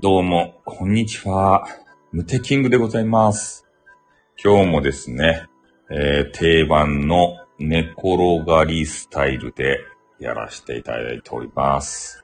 どうも、こんにちは。ムテキングでございます。今日もですね、定番の寝転がりスタイルでやらせていただいております。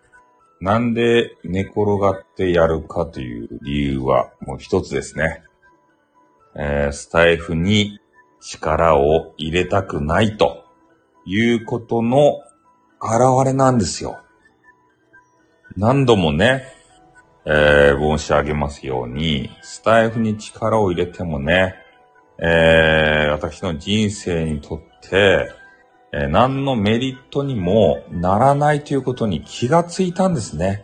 なんで寝転がってやるかという理由はもう一つですね。スタイフに力を入れたくないということの表れなんですよ。何度もね、申し上げますように、スタイフに力を入れてもね、私の人生にとって、何のメリットにもならないということに気がついたんですね。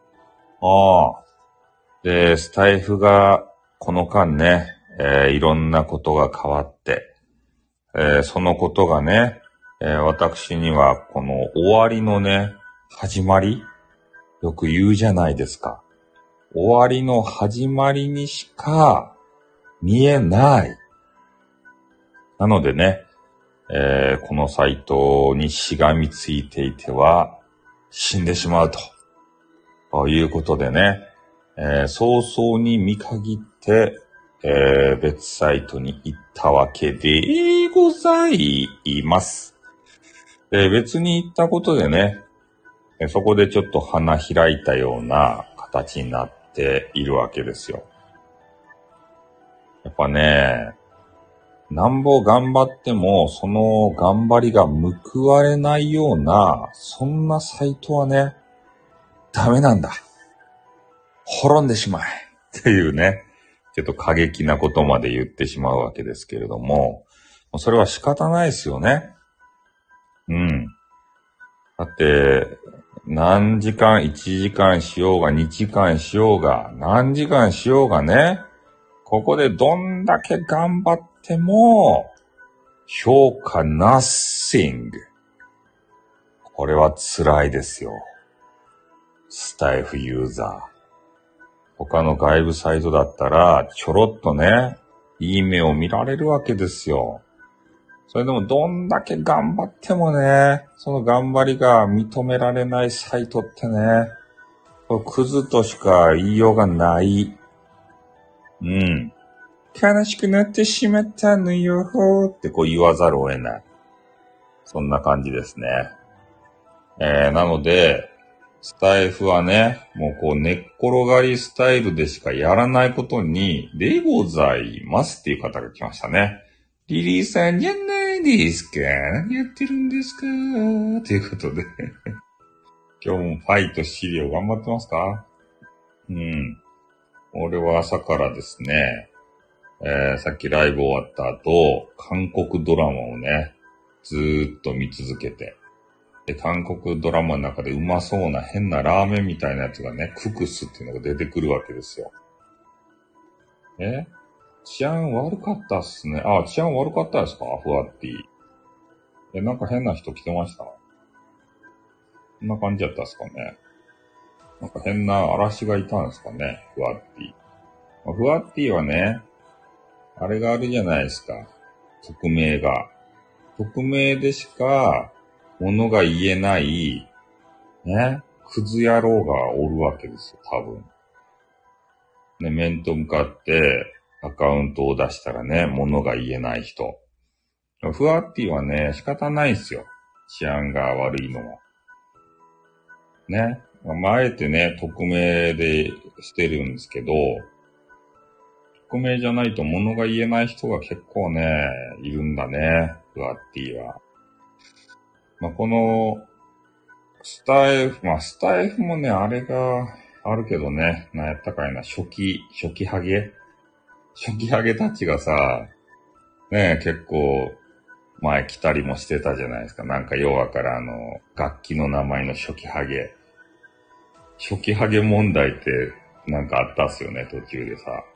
で、スタイフがこの間ね、いろんなことが変わって、そのことがね、私にはこの終わりのね、始まり、よく言うじゃないですか。終わりの始まりにしか見えない。なのでね、このサイトにしがみついていては死んでしまうということでね、早々に見限って、別サイトに行ったわけでございます。別に行ったことでね、そこでちょっと花開いたような形になっているわけですよ。やっぱね、なんぼ頑張っても、その頑張りが報われないような、そんなサイトはね、ダメなんだ。滅んでしまえ。っていうね、ちょっと過激なことまで言ってしまうわけですけれども、それは仕方ないですよね。うん。だって、何時間、1時間しようが、2時間しようが、何時間しようがね、ここでどんだけ頑張っても、評価 nothing。これは辛いですよ。スタイフユーザー。他の外部サイトだったら、ちょろっとね、いい目を見られるわけですよ。それでもどんだけ頑張ってもね、その頑張りが認められないサイトってね、クズとしか言いようがない。うん。悲しくなってしまったのよって言わざるを得ない。そんな感じですね。なので、スタイフはね、もう寝っ転がりスタイルでしかやらないことに、でございますっていう方が来ましたね。リリーさんじゃないですか。何やってるんですかということで。今日もファイト資料頑張ってますか？うん。俺は朝からですね、さっきライブ終わった後、韓国ドラマをね、ずーっと見続けて、で、韓国ドラマの中でうまそうな変なラーメンみたいなやつがね、ククスっていうのが出てくるわけですよ。治安悪かったっすね。治安悪かったですか？ふわっティ。なんか変な人来てました？こんな感じだったっすかね。なんか変な嵐がいたんですかね、ふわっティ。ふわっティはね、あれがあるじゃないですか。匿名が。匿名でしか、ものが言えない、ね、クズ野郎がおるわけですよ、多分。ね、面と向かってアカウントを出したらね、ものが言えない人。ふわっティはね、仕方ないんすよ。治安が悪いのは。ね。あえてね、匿名でしてるんですけど、匿名じゃないとものが言えない人が結構ね、いるんだね。ふわっティは。この、スタイフもね、あれがあるけどね、なんやったかいな、初期ハゲたちがさ、ね、結構、前来たりもしてたじゃないですか。なんかようわから楽器の名前の初期ハゲ。初期ハゲ問題ってなんかあったっすよね、途中でさ。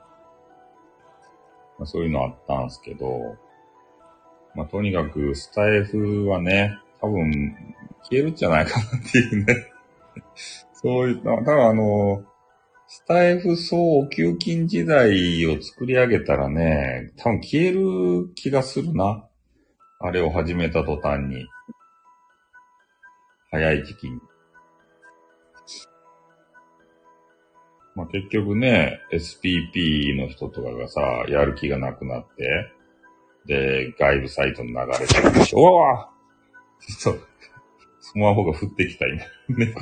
そういうのあったんすけど、とにかくスタイフはね、多分消えるんじゃないかなっていうね。そういう、多分スタイフ総給金時代を作り上げたらね、多分消える気がするな。あれを始めた途端に。早い時期に。 まあ、結局ね、SPP の人とかがさ、やる気がなくなって、で、外部サイトに流れてるでしょ。うわちょっと、スマホが降ってきた今。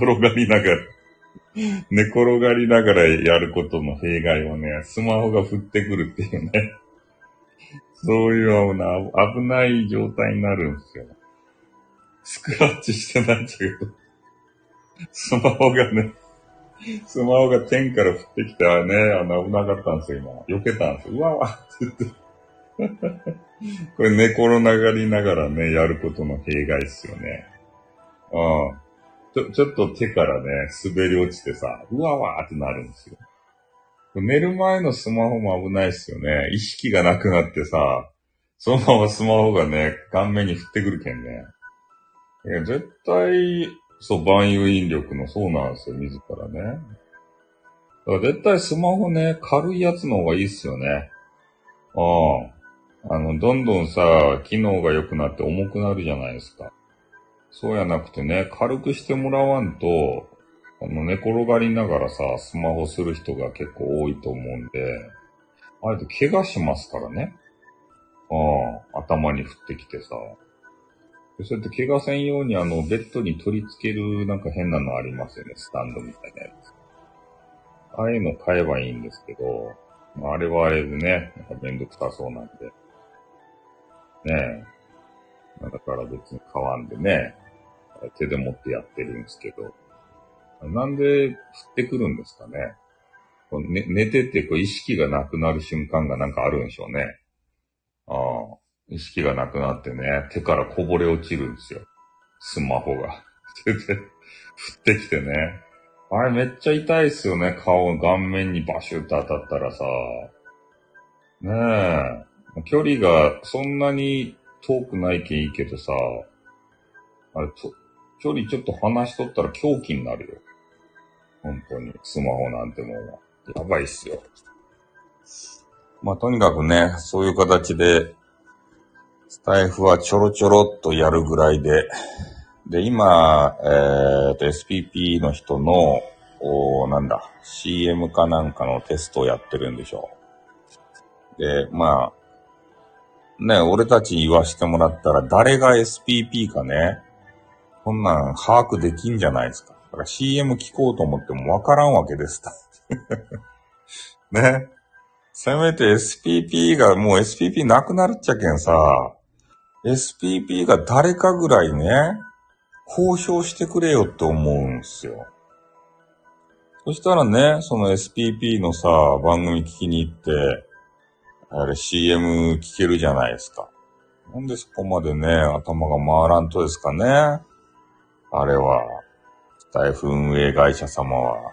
寝転がりながらやることの弊害はね、スマホが降ってくるっていうね。そういう危ない状態になるんですよ。スクラッチしてないんだけど、スマホがね、スマホが天から降ってきたらね、危なかったんですよ、今。避けたんですよ。うわわって言って。これ寝転がりながらね、やることの弊害っすよね。ちょっと手からね、滑り落ちてさ、うわわーってなるんですよ。寝る前のスマホも危ないっすよね。意識がなくなってさ、そのままスマホがね、顔面に降ってくるけんね。絶対、そう、万有引力のそうなんですよ、自らね。だから絶対スマホね、軽いやつの方がいいっすよね。どんどんさ、機能が良くなって重くなるじゃないですか。そうやなくてね、軽くしてもらわんと、寝転がりながらさ、スマホする人が結構多いと思うんで、あれって怪我しますからね。頭に降ってきてさ。そうやって怪我せんようにベッドに取り付けるなんか変なのありますよね、スタンドみたいなやつ。ああいうの買えばいいんですけど、あれはあれでね、なんかめんどくさそうなんで。ねえ。だから別に買わんでね、手で持ってやってるんですけど。なんで降ってくるんですかね。寝てて意識がなくなる瞬間がなんかあるんでしょうね。意識がなくなってね、手からこぼれ落ちるんですよ。スマホが。で、降ってきてね。あれめっちゃ痛いっすよね。顔面にバシュッと当たったらさ。ねえ。距離がそんなに遠くないけんいいけどさ。あれ距離ちょっと離しとったら狂気になるよ。本当に。スマホなんてもう、やばいっすよ。まあとにかくね、そういう形で、スタイフはちょろちょろっとやるぐらいで、で、今、SPP の人の、CM かなんかのテストをやってるんでしょう。で、まあ、ね、俺たちに言わしてもらったら、誰が SPP かね、こんなん把握できんじゃないですか。だから CM 聞こうと思ってもわからんわけです。ね。せめて SPP が、もう SPP なくなるっちゃけんさ、SPP が誰かぐらいね、交渉してくれよって思うんすよ。そしたらね、その SPP のさ、番組聞きに行って、あれ CM 聞けるじゃないですか。なんでそこまでね、頭が回らんとですかね。あれは、スタイフ運営会社様は。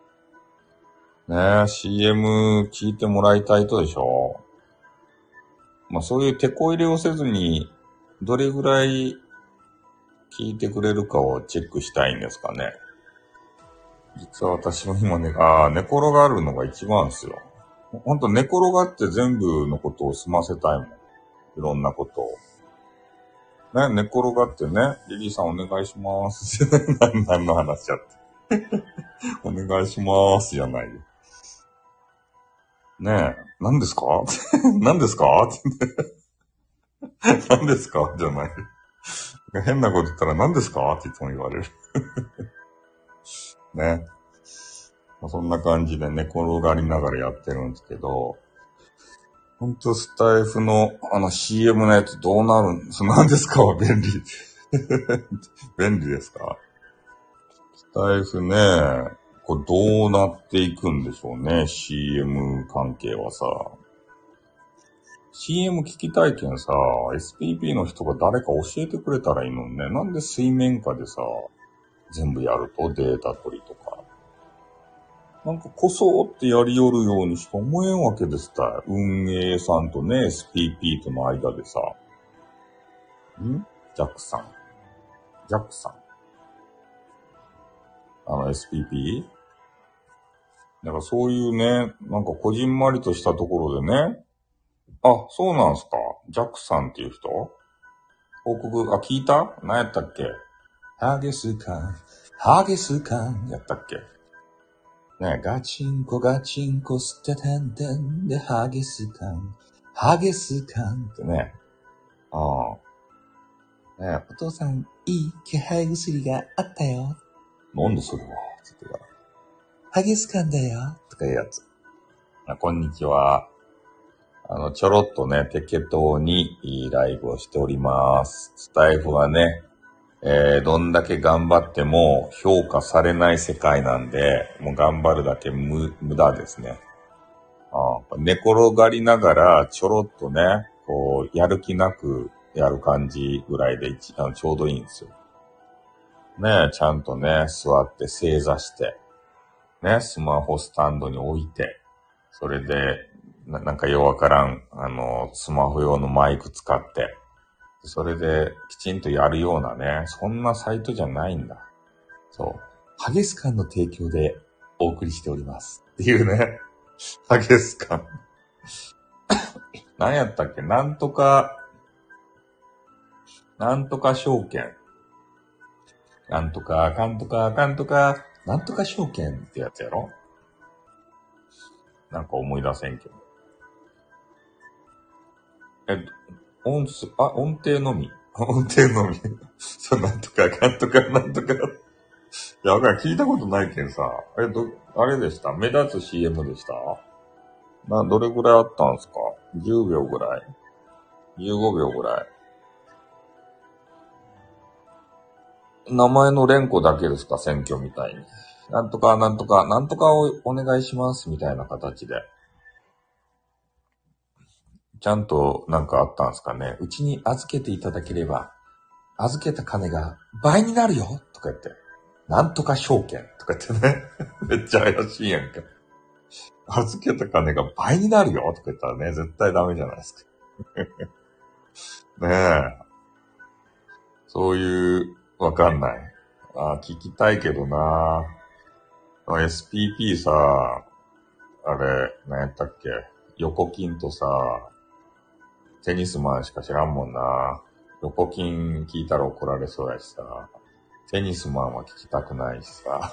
ね、CM 聞いてもらいたいとでしょ。まあそういう手こ入れをせずに、どれぐらい聞いてくれるかをチェックしたいんですかね。実は私も今ね、寝転がるのが一番ですよ。ほんと寝転がって全部のことを済ませたいもん。いろんなことを。ね、寝転がってね、リリーさんお願いします。何の話やって。お願いしますじゃないよ。ねえ、何ですか何ですか何ですかじゃない。変なこと言ったら何ですかっていつも言われる。ね。そんな感じで寝転がりながらやってるんですけど、ほんとスタイフのCM のやつどうなるんです何ですか便利。便利ですかスタイフね、これどうなっていくんでしょうね、CM 関係はさ。CM 聞きたいけんさ、SPP の人が誰か教えてくれたらいいのにね。なんで水面下でさ、全部やるとデータ取りとか。なんかこそってやりよるようにしか思えんわけですた。運営さんとね、SPP との間でさ。ジャックさん。SPP? だからそういうね、なんかこじんまりとしたところでね。あ、そうなんすか。ジャックさんっていう人報告、聞いた何やったっけハゲスカンやったっけね、ガチンコガチンコ吸っててんてんでハゲスカン、ハゲスカンってね。ね、お父さん、いい気配薬があったよ。なんでそれはつってから。ハゲスカンだよ。とかいうやつ。こんにちは。ちょろっとね、適当にライブをしております。スタイフはね、どんだけ頑張っても評価されない世界なんで、もう頑張るだけ無駄ですね。寝転がりながらちょろっとね、こう、やる気なくやる感じぐらいでちょうどいいんですよ。ね、ちゃんとね、座って正座して、ね、スマホスタンドに置いて、それで、なんかようわからん、スマホ用のマイク使って、それできちんとやるようなね、そんなサイトじゃないんだ。そう。ハゲスカンの提供でお送りしております。っていうね。ハゲスカン。何やったっけ、なんとか証券。なんとか証券ってやつやろ。なんか思い出せんけど。音程のみ。音程のみ。そう、なんとか。いや、わからん、聞いたことないけんさ。あれでした？目立つ CM でした？どれぐらいあったんすか？ 10 秒ぐらい？ 15 秒ぐらい？名前の連呼だけですか？選挙みたいに。なんとかをお願いしますみたいな形で。ちゃんとなんかあったんですかね。うちに預けていただければ、預けた金が倍になるよとか言って。なんとか証券とか言ってね。めっちゃ怪しいやんか。預けた金が倍になるよとか言ったらね、絶対ダメじゃないですか。ねえ。そういう、わかんない。聞きたいけどな。SPP さ、あれ、何やったっけ？横金とさ、テニスマンしか知らんもんな。横金聞いたら怒られそうやしさ。テニスマンは聞きたくないしさ。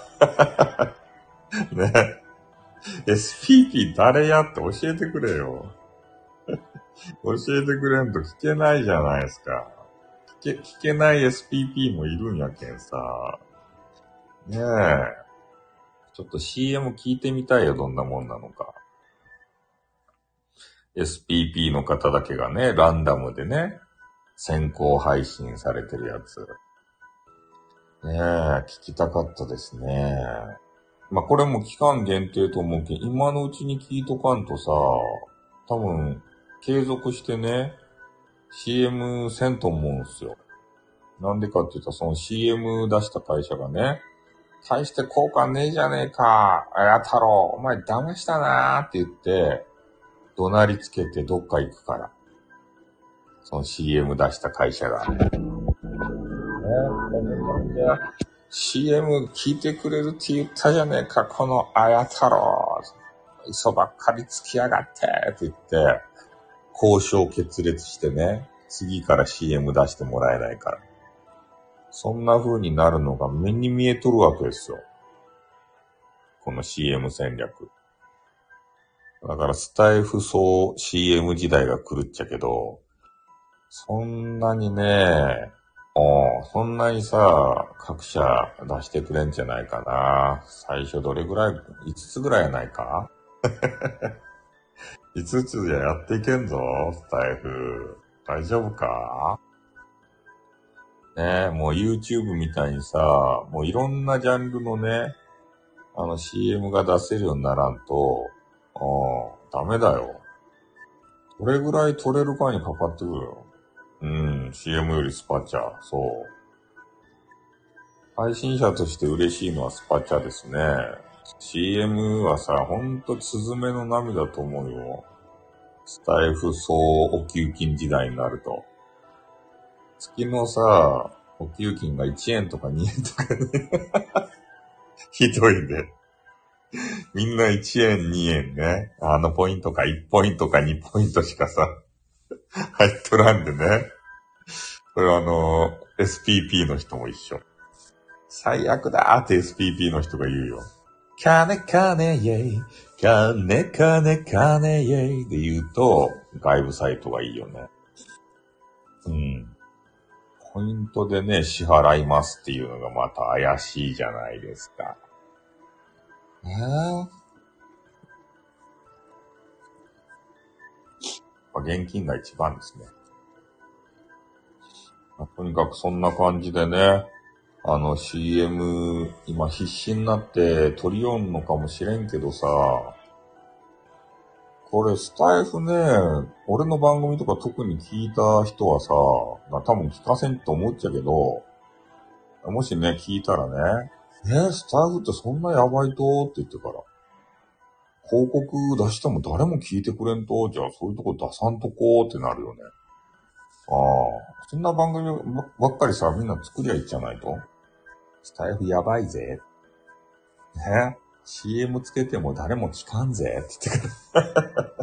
ね。SPP 誰やって教えてくれよ。教えてくれんと聞けないじゃないですか。聞けない SPP もいるんやけんさ。ねえ。ちょっと CM 聞いてみたいよ、どんなもんなのか。SPP の方だけがね、ランダムでね、先行配信されてるやつ。ねえ、聞きたかったですね。まあ、これも期間限定と思うけど、今のうちに聞いとかんとさ、多分、継続してね、CM せんと思うんすよ。なんでかって言ったら、その CM 出した会社がね、大して効果ねえじゃねえか、あや太郎、お前騙したなーって言って、怒鳴りつけてどっか行くから。その CM 出した会社が。CM 聞いてくれるって言ったじゃねえか、このあや太郎。嘘ばっかりつきやがってって言って、交渉決裂してね、次から CM 出してもらえないから。そんな風になるのが目に見えとるわけですよ。この CM 戦略。だからスタイフ総 CM 時代が来るっちゃけど、そんなにね、そんなにさ、各社出してくれんじゃないかな。最初どれぐらい、5つぐらいやないか？ 5 つじゃやっていけんぞ、スタイフ。大丈夫か？ねえ、もう YouTube みたいにさ、もういろんなジャンルのね、CM が出せるようにならんと、ダメだよ。どれぐらい取れるかにかかってくるよ。CM よりスパチャ、そう。配信者として嬉しいのはスパチャですね。CM はさ、ほんとスズメの涙と思うよ。スタイフ総お給金時代になると。月のさ、お給金が1円とか2円とかね。ひどいね。みんな1円2円ね。ポイントか1ポイントか2ポイントしかさ、入っとらんでね。これSPP の人も一緒。最悪だーって SPP の人が言うよ。 金金イェイ、金金金イェイで言うと、外部サイトがいいよね。うん。ポイントでね、支払いますっていうのがまた怪しいじゃないですか。現金が一番ですね。とにかくそんな感じでね、CM、今必死になって取りよんのかもしれんけどさ、これスタイフね、俺の番組とか特に聞いた人はさ、多分聞かせんと思っちゃうけど、もしね、聞いたらね、スタイフってそんなやばいとって言ってから、広告出しても誰も聞いてくれんと、じゃあそういうとこ出さんとこってなるよね。ああ、そんな番組ばっかりさ、みんな作りゃいいじゃないと。スタイフやばいぜ。CM つけても誰も聞かんぜって言ってから。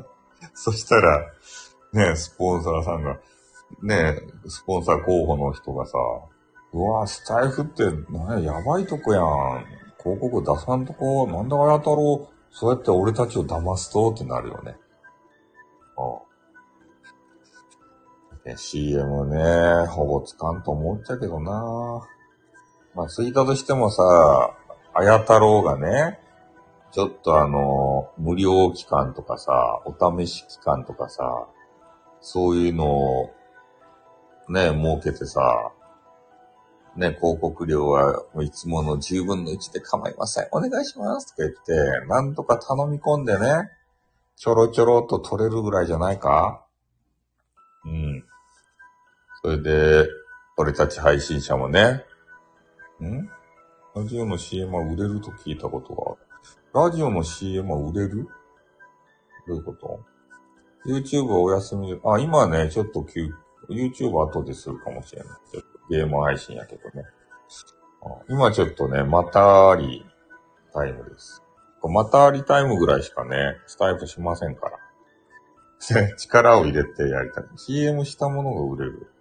そしたら、ね、スポンサーさんが、ね、スポンサー候補の人がさ、うわスタイフってやばいとこやん。広告出さんとこ、なんだかやたろう、そうやって俺たちを騙すとってなるよね。CM ね、ほぼつかんと思っちゃうけどな。まあ、ついたとしてもさ、あや太郎がね、ちょっと無料期間とかさ、お試し期間とかさ、そういうのをね、設けてさ、ね、広告料はいつもの10分の1で構いません。お願いしますとか言って、なんとか頼み込んでね、ちょろちょろっと取れるぐらいじゃないか？うん。それで、俺たち配信者もね、ラジオの CM は売れると聞いたことがある。ラジオの CM は売れる？どういうこと？ YouTube はお休みで、今ね、ちょっとYouTube 後でするかもしれない。ちょっとゲーム配信やけどね。今ちょっとね、またりタイムです。またりタイムぐらいしかね、スタイプしませんから。力を入れてやりたい。CM したものが売れる。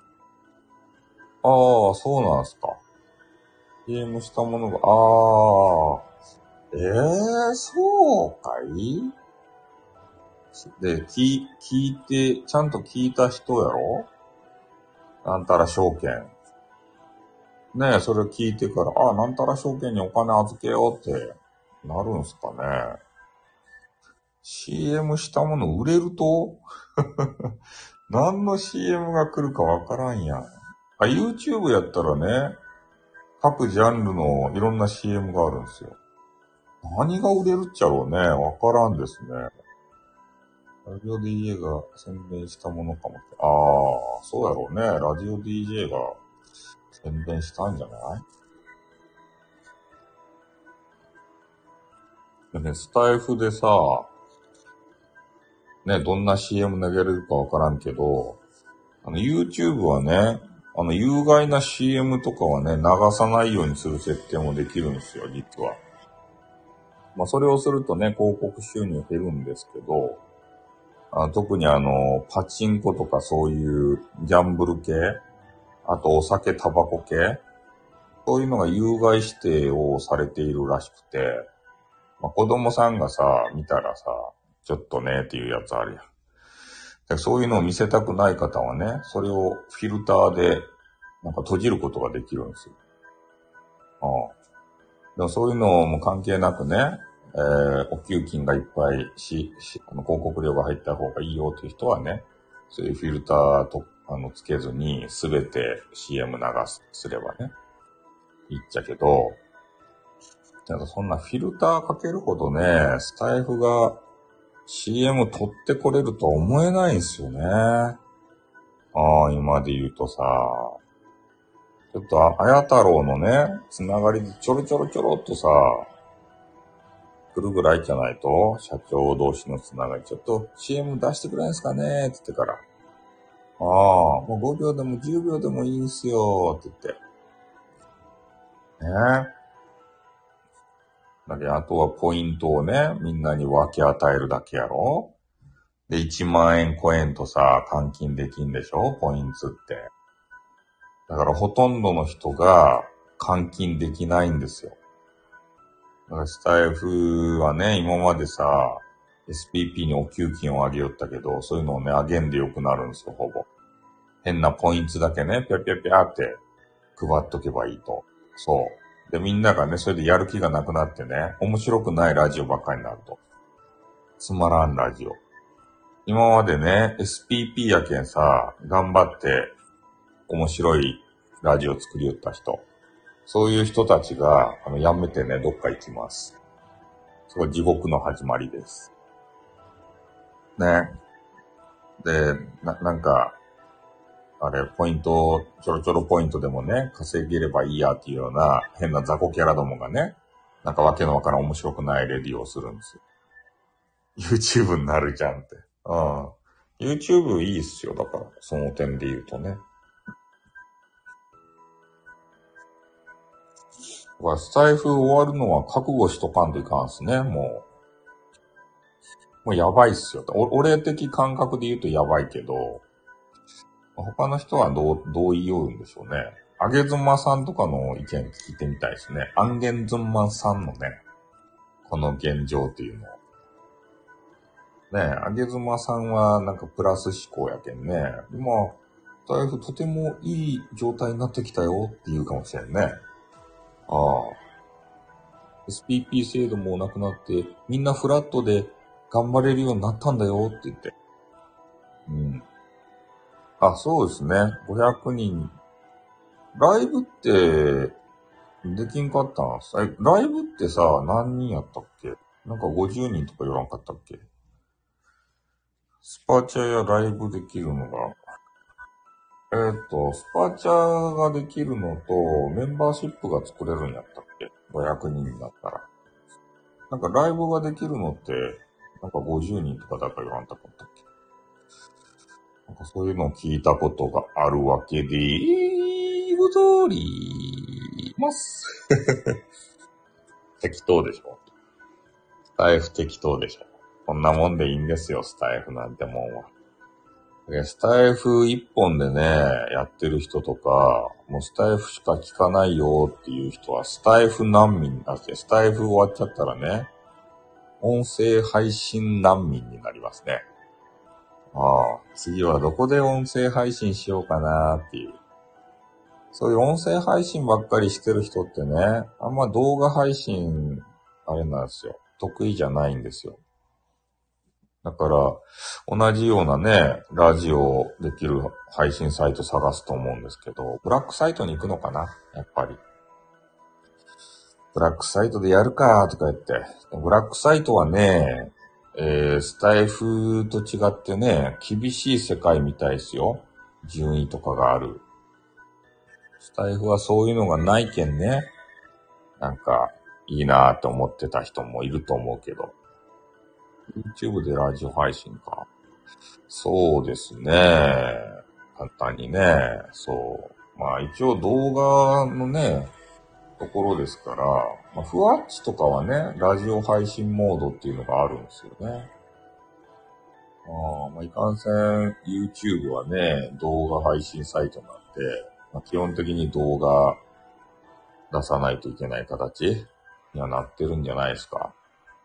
そうなんすか。CM したものが、そうかい？で、聞いて、ちゃんと聞いた人やろ？なんたら証券。ねえ、それ聞いてから、なんたら証券にお金預けようってなるんすかね。CM したもの売れると何の CM が来るかわからんやん。YouTube やったらね、各ジャンルのいろんな CM があるんですよ。何が売れるっちゃろうね。わからんですね。ラジオ DJ が宣伝したものかもって。そうやろうね。ラジオ DJ が宣伝したんじゃない？でね、スタイフでさ、ね、どんな CM 投げれるかわからんけど、YouTube はね、有害な CM とかはね、流さないようにする設定もできるんですよ、実は。まあ、それをするとね、広告収入減るんですけど、特にパチンコとかそういうギャンブル系、あとお酒、タバコ系、そういうのが有害指定をされているらしくて、まあ、子供さんがさ、見たらさ、ちょっとねっていうやつあるやん。でそういうのを見せたくない方はね、それをフィルターでなんか閉じることができるんですよ。でもそういうのも関係なくね、お給金がいっぱい広告料が入った方がいいよっていう人はね、そういうフィルターと、つけずにすべて CM 流すればね、いいっちゃけど、ただそんなフィルターかけるほどね、スタイフが CM 取ってこれるとは思えないんですよね。今で言うとさ、ちょっと、あや太郎のね、つながりでちょろっとさ、来るぐらいじゃないと、社長同士のつながり、ちょっと CM 出してくれないですかねって言ってから、もう5秒でも10秒でもいいんすよって言って。ね。だけど、あとはポイントをね、みんなに分け与えるだけやろ？で、1万円コエンとさ、換金できんでしょ？ポイントって。だからほとんどの人が換金できないんですよ。 なんかスタイフはね、今までさ、SPP にお給金をあげよったけど、そういうのをね、あげんでよくなるんですよ、ほぼ。変なポイントだけね、ぴゃぴゃぴゃって配っとけばいいと。そう。で、みんながね、それでやる気がなくなってね、面白くないラジオばっかりになると。つまらんラジオ。今までね、SPP やけんさ、頑張って面白いラジオ作りよった人。そういう人たちが、やめてね、どっか行きます。そこは地獄の始まりです。ね。で、なんか、あれ、ポイント、ちょろちょろポイントでもね、稼げればいいやっていうような変な雑魚キャラどもがね、なんかわけのわからん面白くないレディをするんですよ。YouTube になるじゃんって。うん。YouTube いいっすよ。だから、その点で言うとね。スタイフ終わるのは覚悟しとかんといかんすね、もうやばいっすよ。俺的感覚で言うとやばいけど、他の人はどう言いようんでしょうね。あげずまさんとかの意見聞いてみたいですね。あんげんずんまさんのね、この現状っていうのを。ね、あげずまさんはなんかプラス思考やけんね。今、だいぶとてもいい状態になってきたよって言うかもしれんね。ああ。SPP 制度もなくなって、みんなフラットで頑張れるようになったんだよって言って。うん。あ、そうですね。500人。ライブって、できんかったんす。ライブってさ、何人やったっけ？なんか50人とか言わんかったっけ？スパチャやライブできるのが、スパチャができるのと、メンバーシップが作れるんやったっけ？ 500 人になったら。なんかライブができるのって、なんか50人とかだから言わんかったっけ？なんかそういうのを聞いたことがあるわけで、ござります。適当でしょ？スタイフ適当でしょ？こんなもんでいいんですよ、スタイフなんてもんは。スタイフ一本でね、やってる人とか、もうスタイフしか聞かないよっていう人は、スタイフ難民だって、スタイフ終わっちゃったらね、音声配信難民になりますね。ああ、次はどこで音声配信しようかなっていう。そういう音声配信ばっかりしてる人ってね、あんま動画配信、あれなんですよ。得意じゃないんですよ。だから、同じようなね、ラジオできる配信サイト探すと思うんですけど、ブラックサイトに行くのかなやっぱり。ブラックサイトでやるかとか言って。ブラックサイトはね、スタイフと違ってね、厳しい世界みたいですよ。順位とかがある。スタイフはそういうのがないけんね。なんか、いいなーって思ってた人もいると思うけど。YouTube でラジオ配信か。そうですね。簡単にね。そう。まあ一応動画のね、ところですから、まあ、ふわっちとかはね、ラジオ配信モードっていうのがあるんですよね。まあ、いかんせん YouTube はね、動画配信サイトなんで、まあ、基本的に動画出さないといけない形にはなってるんじゃないですか。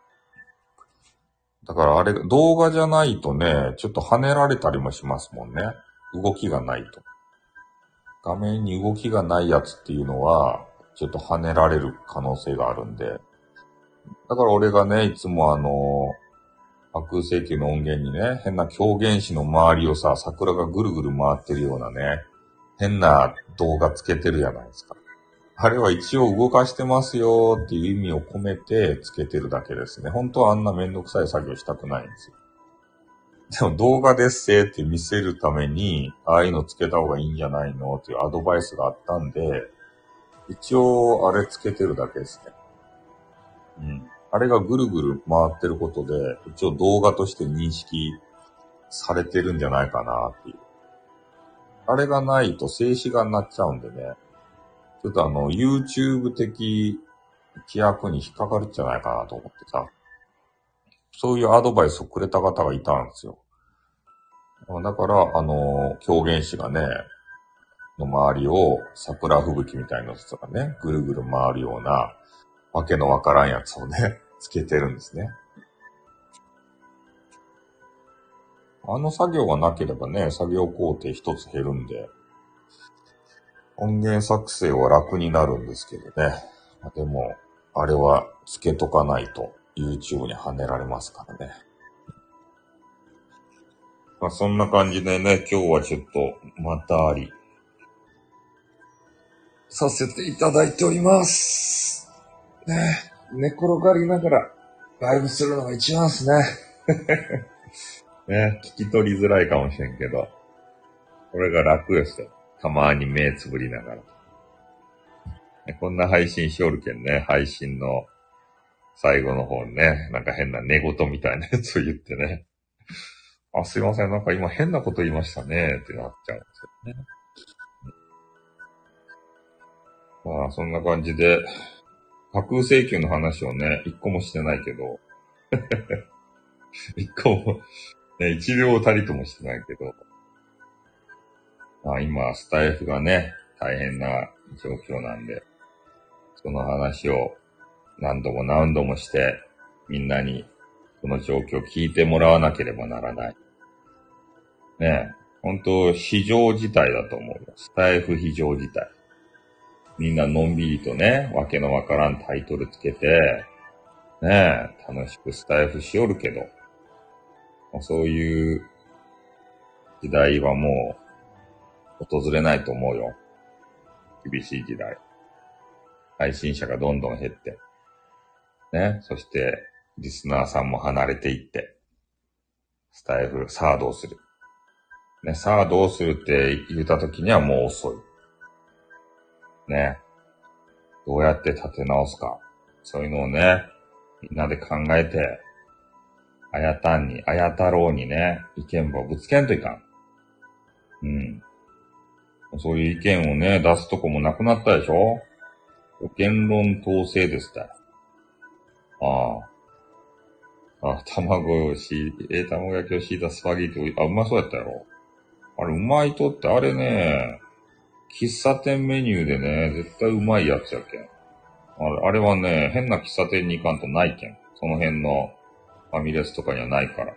だからあれ、動画じゃないとね、ちょっと跳ねられたりもしますもんね。動きがないと。画面に動きがないやつっていうのは、ちょっと跳ねられる可能性があるんで。だから俺がね、いつも架空請求の音源にね、変な狂言師の周りをさ、桜がぐるぐる回ってるようなね、変な動画つけてるじゃないですか。あれは一応動かしてますよっていう意味を込めてつけてるだけですね。本当はあんなめんどくさい作業したくないんですよ。でも動画ですせって見せるために、ああいうのつけた方がいいんじゃないのっていうアドバイスがあったんで、一応あれつけてるだけですね。うん。あれがぐるぐる回ってることで、一応動画として認識されてるんじゃないかなっていう。あれがないと静止画になっちゃうんでね。ちょっとYouTube 的規約に引っかかるんじゃないかなと思ってさ。そういうアドバイスをくれた方がいたんですよ。だから、狂言師がね、の周りを桜吹雪みたいな人がね、ぐるぐる回るような、 わけのわからんやつをね、つけてるんですね。あの作業がなければね、作業工程一つ減るんで、音源作成は楽になるんですけどね。でも、あれはつけとかないと YouTube に跳ねられますからね。そんな感じでね、今日はちょっとまたありさせていただいております。ね、寝転がりながらライブするのが一番ですね。ね、聞き取りづらいかもしれんけど、これが楽ですよ。たまに目つぶりながら。ね、こんな配信しおるけんね、配信の最後の方にね、なんか変な寝言みたいなやつを言ってね。あ、すいません、なんか今変なこと言いましたね、ってなっちゃうんですよね。まあ、そんな感じで、架空請求の話をね、一個もしてないけど、一個も、ね、一秒たりともしてないけど、まあ今、スタイフがね、大変な状況なんで、その話を何度も何度もして、みんなにこの状況を聞いてもらわなければならない。ねえ、本当非常事態だと思うよ。スタイフ非常事態。みんなのんびりとね、わけのわからんタイトルつけて、ねえ、楽しくスタイフしよるけど、そういう時代はもう訪れないと思うよ。厳しい時代。配信者がどんどん減って。ね。そして、リスナーさんも離れていって。スタイフ、さあどうする。ね。さあどうするって言った時にはもう遅い。ね。どうやって立て直すか。そういうのをね、みんなで考えて、あやたろうにね、意見をぶつけんといかん。うん。そういう意見をね、出すとこもなくなったでしょ？言論統制ですって。ああ。卵焼きを敷いたスパゲティ、うまそうやったやろ。あれ、うまいとって、あれね、喫茶店メニューでね、絶対うまいやつやけん。あれはね、変な喫茶店に行かんとないけん。その辺のファミレスとかにはないから。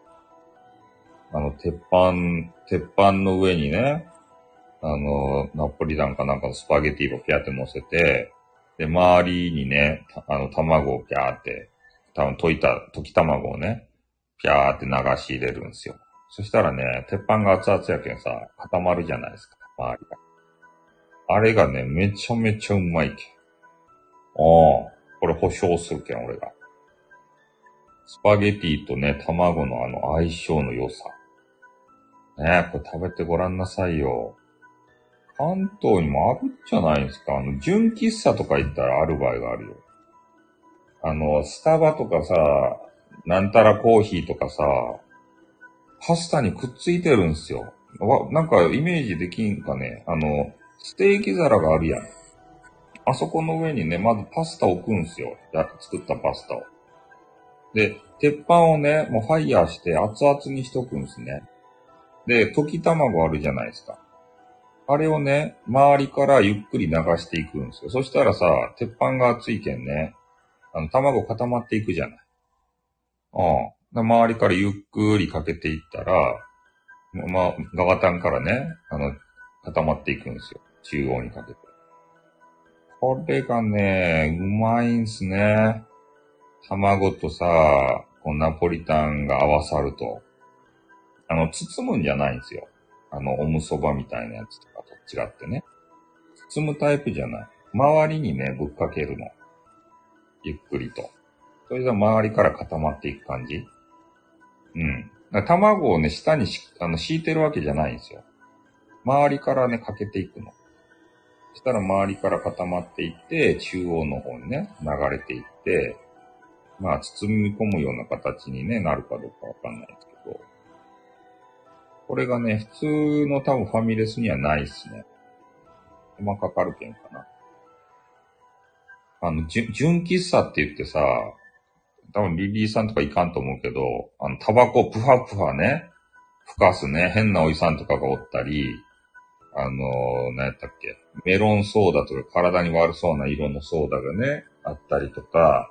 鉄板の上にね、ナポリタンかなんかのスパゲティをピャーって乗せて、で、周りにね、卵をピャーって、多分溶き卵をね、ピャーって流し入れるんですよ。そしたらね、鉄板が熱々やけんさ、固まるじゃないですか、周りが。あれがね、めちゃめちゃうまいけん。これ保証するけん、俺が。スパゲティとね、卵の相性の良さ。ねこれ食べてごらんなさいよ。関東にもあるんじゃないですか。純喫茶とか行ったらある場合があるよ。スタバとかさ、なんたらコーヒーとかさ、パスタにくっついてるんすよ。なんかイメージできんかね。ステーキ皿があるやん。あそこの上にね、まずパスタ置くんすよ。作ったパスタを。で、鉄板をね、もうファイヤーして熱々にしとくんすね。で、溶き卵あるじゃないですか。あれをね、周りからゆっくり流していくんですよ。そしたらさ、鉄板が熱いけんね、卵固まっていくじゃない。周りからゆっくりかけていったら、ガガタンからね、固まっていくんですよ。中央にかけて。これがね、うまいんすね。卵とさ、このナポリタンが合わさると。包むんじゃないんですよ。おむそばみたいなやつとかと違ってね。包むタイプじゃない。周りにね、ぶっかけるの。ゆっくりと。それで周りから固まっていく感じ。うん。卵をね、下に敷いてるわけじゃないんですよ。周りからね、かけていくの。そしたら周りから固まっていって、中央の方にね、流れていって、まあ、包み込むような形に、ね、なるかどうかわかんないですけど、これがね、普通の多分ファミレスにはないっすね。手間かかるけんかな。純喫茶って言ってさ、多分リリーさんとかいかんと思うけど、タバコプハプハね、ふかすね、変なおじさんとかがおったり、何やったっけ、メロンソーダとか体に悪そうな色のソーダがね、 あったりとか、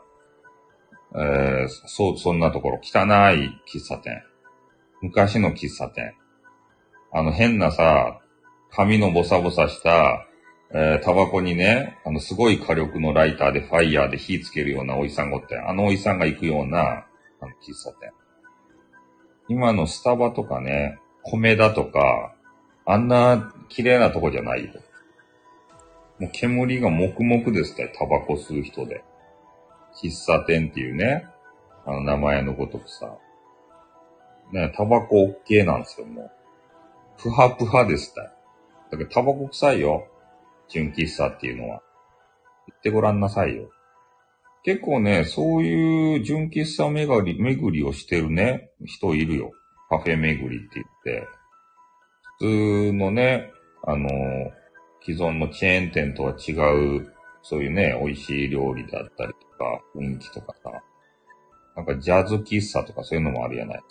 そんなところ、汚い喫茶店。昔の喫茶店。変なさ、髪のボサボサした、タバコにね、すごい火力のライターでファイヤーで火つけるようなおじさんがおって、おじさんが行くような、喫茶店。今のスタバとかね、米田とか、あんな綺麗なとこじゃないよ。もう煙が黙々ですって、タバコ吸う人で。喫茶店っていうね、名前のごとくさ。ね、タバコ OK なんですよ、もう。プハプハですって。だけどタバコ臭いよ。純喫茶っていうのは。言ってごらんなさいよ。結構ね、そういう純喫茶巡りをしてるね、人いるよ。カフェ巡りって言って。普通のね、既存のチェーン店とは違う、そういうね、美味しい料理だったりとか、雰囲気とかさ。なんかジャズ喫茶とかそういうのもあるやない。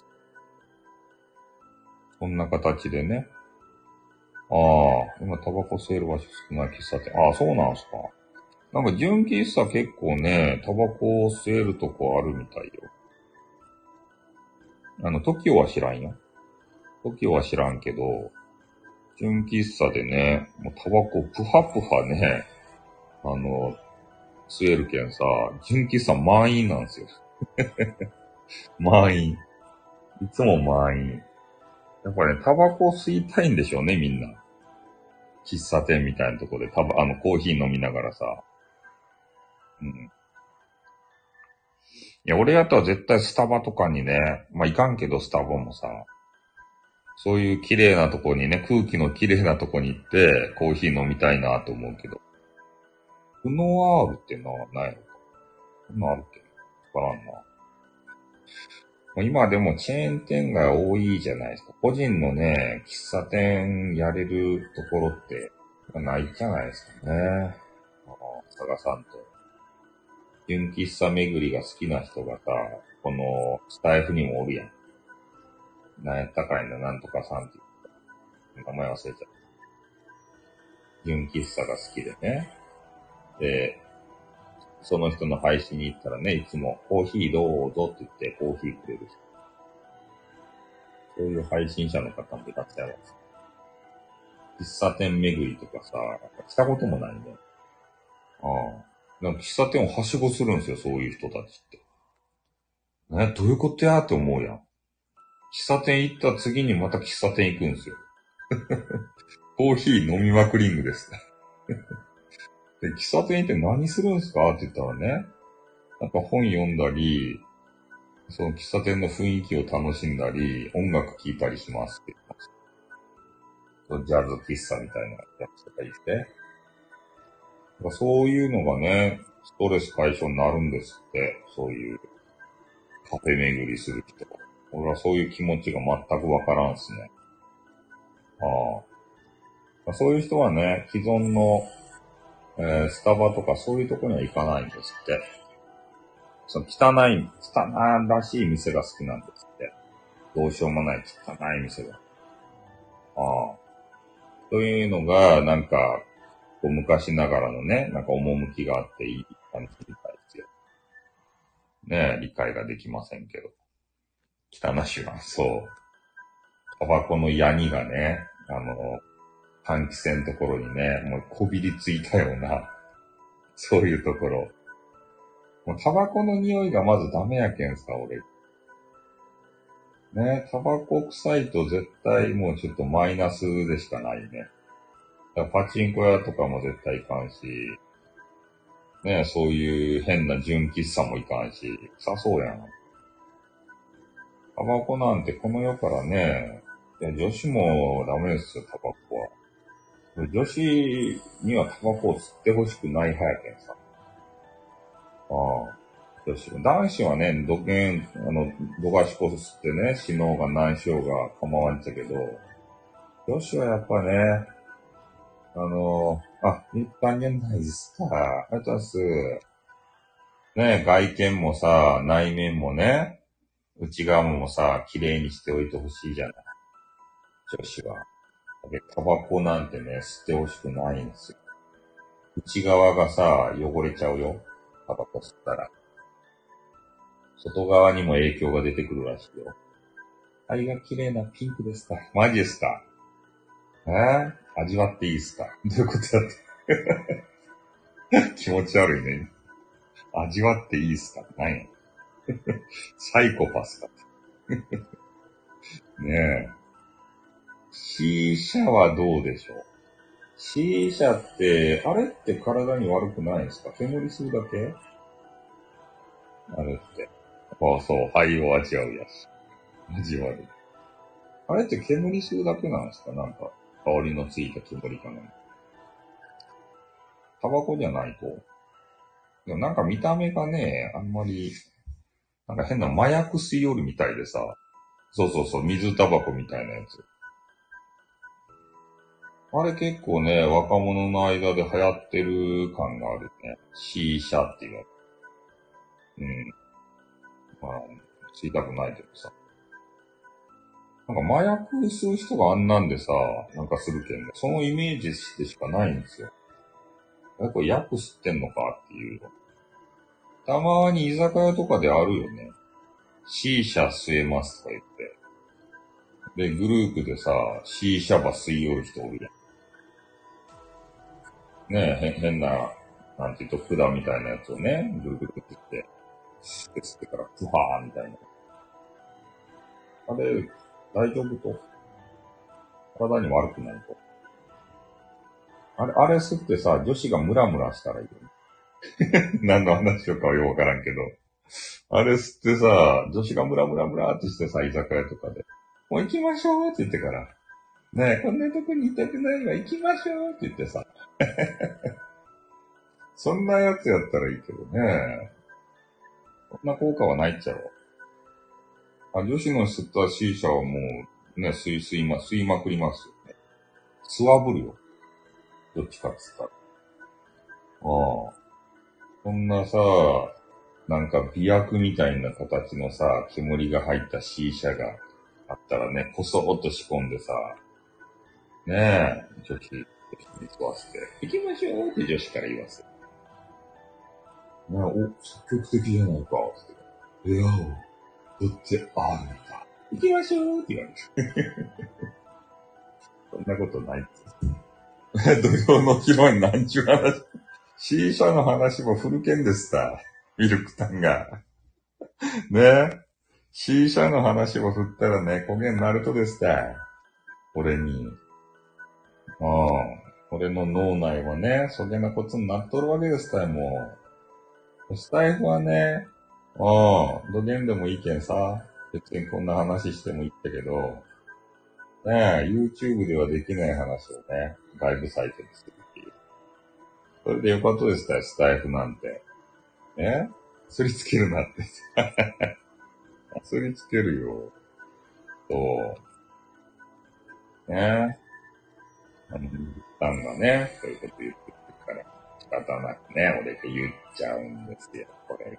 そんな形でね。ああ、今タバコ吸える場所少ない喫茶店。ああ、そうなんすか。なんか純喫茶結構ね、タバコを吸えるとこあるみたいよ。TOKIO は知らんよ。TOKIO は知らんけど、純喫茶でね、もうタバコプハプハね、吸えるけんさ、純喫茶満員なんですよ。満員。いつも満員。やっぱね、タバコ吸いたいんでしょうね、みんな。喫茶店みたいなとこで、コーヒー飲みながらさ。うん。いや、俺やったら絶対スタバとかにね、まあ、いかんけどスタバもさ、そういう綺麗なとこにね、空気の綺麗なとこに行って、コーヒー飲みたいなと思うけど。ルノワールってのはないのか。そんなあるっけわからんな。今でもチェーン店が多いじゃないですか。個人のね、喫茶店やれるところってないじゃないですかね。探さんと。純喫茶巡りが好きな人がさ、このスタイフにもおるやん。なんやったかいな、なんとかさんっていう名前忘れちゃった。純喫茶が好きでね。で、その人の配信に行ったらね、いつもコーヒーどうぞって言ってコーヒーくれる人。そういう配信者の方もいらっしゃいます。喫茶店巡りとかさ、したこともないんだよ。ああ。なんか喫茶店をはしごするんですよ、そういう人たちって。ね、どういうことやって思うやん。喫茶店行った次にまた喫茶店行くんですよ。コーヒー飲みまくりングです。で、喫茶店行って何するんすかって言ったらね、なんか本読んだり、その喫茶店の雰囲気を楽しんだり、音楽聴いたりしますって言ってました。ジャズ喫茶みたいなやつとか言って。そういうのがね、ストレス解消になるんですって。そういうカフェ巡りする人。俺はそういう気持ちが全くわからんすね。ああ。そういう人はね、既存の、スタバとかそういうとこには行かないんですって。その汚いらしい店が好きなんですって。どうしようもない汚い店が。ああ。というのが、なんか、こう昔ながらのね、なんか趣があっていい感じみたいですよ。ねえ、理解ができませんけど。汚しは、そう。タバコのヤニがね、換気扇のところにね、もうこびりついたような、そういうところ。もうタバコの匂いがまずダメやけんさ、俺。ね、タバコ臭いと絶対もうちょっとマイナスでしかないね。だからパチンコ屋とかも絶対いかんし、ね、そういう変な純喫茶もいかんし、臭そうやん。タバコなんてこの世からね、いや女子もダメですよ、タバコは。女子にはタバコを吸ってほしくない派やけんさ。ああ。女子も。男子はね、度がしこ吸ってね、死のうが何しようが構わんちゃけど、女子はやっぱね、日韓じゃないですか。ありがとうございます。ね、外見もさ、内面もね、内側もさ、綺麗にしておいてほしいじゃない。女子は。でタバコなんてね、吸ってほしくないんですよ。内側がさ、汚れちゃうよ。 タバコ吸ったら。外側にも影響が出てくるらしいよ。肺が綺麗なピンクですか？マジですか？味わっていいですか？どういうことだって気持ち悪いね。味わっていいですか？何やサイコパスか。ねえ。シーシャはどうでしょう？シーシャって、あれって体に悪くないですか？煙吸うだけ？あれって。あ、そう、肺を味わうやつ。味わう。あれって煙吸うだけなんですか？なんか、香りのついた煙かな。タバコじゃないと。でもなんか見た目がね、あんまり、なんか変な麻薬吸いよるみたいでさ。そうそうそう、水タバコみたいなやつ。あれ結構ね、若者の間で流行ってる感があるね。シーシャっていうの。うん。まあ、吸いたくないけどさ。なんか麻薬吸う人があんなんでさ、なんかするけんね。そのイメージでしかないんですよ。これ薬吸ってんのかっていうの。たまに居酒屋とかであるよね。シーシャ吸えますとか言って。で、グループでさ、シーシャバ吸い寄る人おるやん。ねえ、変な、なんていうと、管みたいなやつをね、ぐるぐるって言って、吸ってから、プハーみたいな。あれ、大丈夫と。体に悪くないと。あれ吸ってさ、女子がムラムラしたらいいよね。何の話しようかはよくわからんけど。あれ吸ってさ、女子がムラムラムラってしてさ、居酒屋とかで。もう行きましょうって言ってから。ねえ、こんなとこにいたくないわ、行きましょうって言ってさ。そんなやつやったらいいけどね。そんな効果はないっちゃろ。女子の吸った C 社はもう、ね、吸いまくりますよね。吸わぶるよ。どっちかっつったら。ああ。そんなさ、なんか美薬みたいな形のさ、煙が入った C 社があったらね、こそっと仕込んでさ、ねえ、女子に吸わせて、行きましょうって女子から言わせる。ねえ、積極的じゃないか、つって。いや、どっちあるんだ。行きましょうって言われる。そんなことないっつ。土曜の広場になんちゅう話。C 社の話もフルケンでした。ミルクタンが。ねえ。C 社の話を振ったらね、焦げになるとでした。俺に。俺の脳内はね、そげなことになっとるわけですたよ、もう。スタイフはね、どげんでもいいけんさ。別にこんな話してもいいんだけど、ねえ、YouTube ではできない話をね、外部サイトにするっていう。それでよかったですよ、スタイフなんて。ねすりつけるなって。すりつけるよ。そう。ねさんがね、そういうこと言ってくるから仕方なくね、俺って言っちゃうんですよ、これ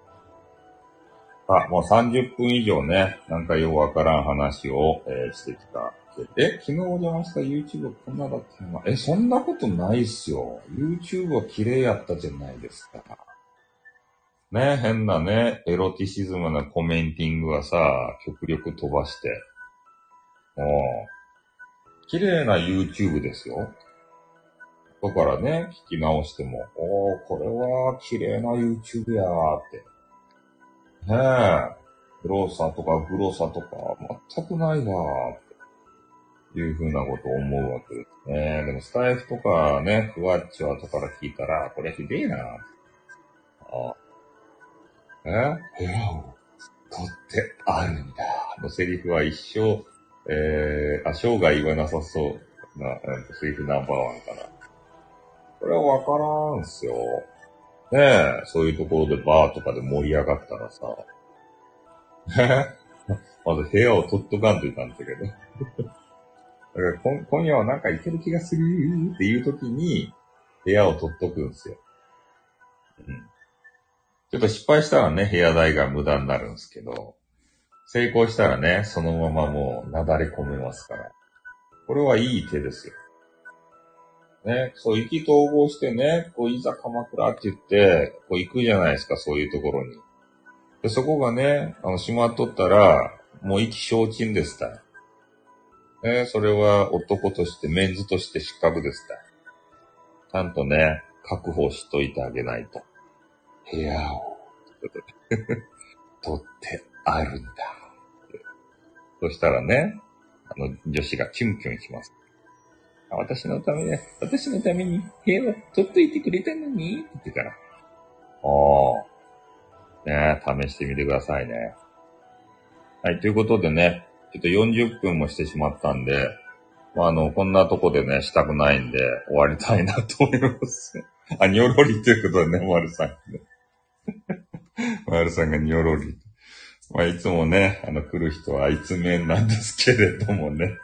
が。もう30分以上ね、なんかよくわからん話を、してきた。昨日お邪魔した YouTube こんなだったの？そんなことないっすよ。YouTube は綺麗やったじゃないですか。ね、変なね、エロティシズムなコメンティングはさ、極力飛ばして。もう、綺麗な YouTube ですよ。だからね、聞き直しても、これは綺麗な YouTube やーって。ねえ、グロさとかグロさとか全くないわーっていうふうなことを思うわけですね。でもスタイフとかね、ふわっちは後から聞いたら、これひでえな。部屋を取ってあるんだ。のセリフは一生、生涯言わなさそうな、セリフナンバーワンかな。これはわからんすよ。ねえ、そういうところでバーとかで盛り上がったらさ、まず部屋を取っとかんといかんだけど。だから今夜はなんかいける気がするっていう時に、部屋を取っとくんすよ。うん。ちょっと失敗したらね、部屋代が無駄になるんですけど、成功したらね、そのままもうなだれ込めますから。これはいい手ですよ。 ね、そう、意気投合してね、こう、いざ鎌倉って言って、こう行くじゃないですか、そういうところに。で、そこがね、閉まっとったら、もう意気消沈ですたい。ね、それは男として、メンズとして失格ですたい。ちゃんとね、確保しといてあげないと。部屋を、取ってあるんだ。そしたらね、女子がキュンキュンします。私のために部屋を取っといてくれたのにって言ってから。ね試してみてくださいね。はい、ということでね、ちょっと40分もしてしまったんで、こんなとこでね、したくないんで、終わりたいなと思います。ニョロリということでね、丸さん。丸さんがニョロリ。いつもね、来る人はあいつ面なんですけれどもね。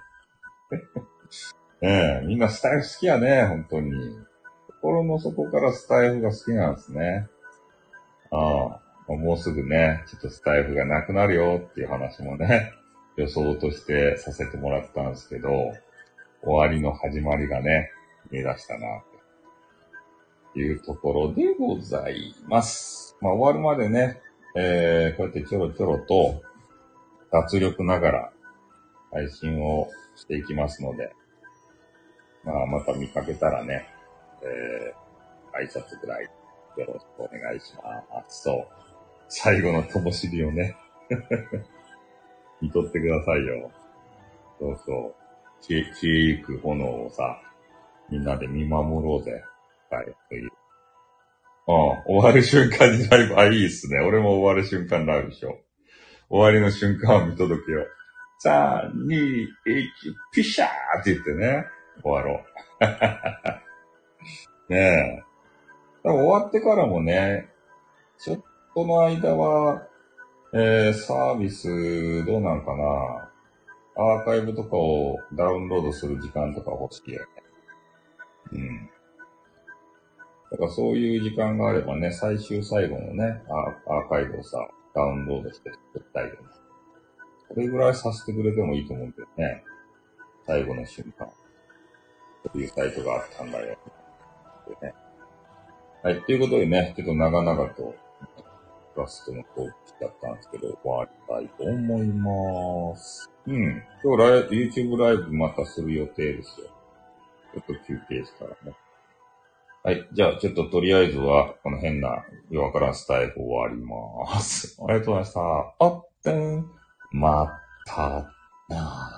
みんなスタイフ好きやね、本当に。心の底からスタイフが好きなんですね。もうすぐね、ちょっとスタイフがなくなるよっていう話もね、予想としてさせてもらったんですけど、終わりの始まりがね、見出したな、というところでございます。終わるまでね、こうやってちょろちょろと脱力ながら配信をしていきますので、また見かけたらね、挨拶ぐらいよろしくお願いします。そう。最後の灯火をね、見とってくださいよ。そうそう。消えゆく炎をさ、みんなで見守ろうぜ。はい、という。終わる瞬間にライブ、いいっすね。俺も終わる瞬間ライブしよう。終わりの瞬間を見届けよう。3、2、1、ピシャーって言ってね、終わろう。ねえ。終わってからもね、ちょっとの間は、サービスどうなんかな。アーカイブとかをダウンロードする時間とか欲しいよね。うん。だからそういう時間があればね、最後のね、アーカイブをさ、ダウンロードして作ったりとか。それぐらいさせてくれてもいいと思うけどね。最後の瞬間。そういうサイトがあったんだよ。ね、はい、ということでね、ちょっと長々とラストのトークしちゃったんですけど、終わりたいと思います。今日YouTube ライブまたする予定ですよ。ちょっと休憩したらね。はい。じゃあ、ちょっととりあえずは、この変な弱からんスタイル終わります。ありがとうございました。またな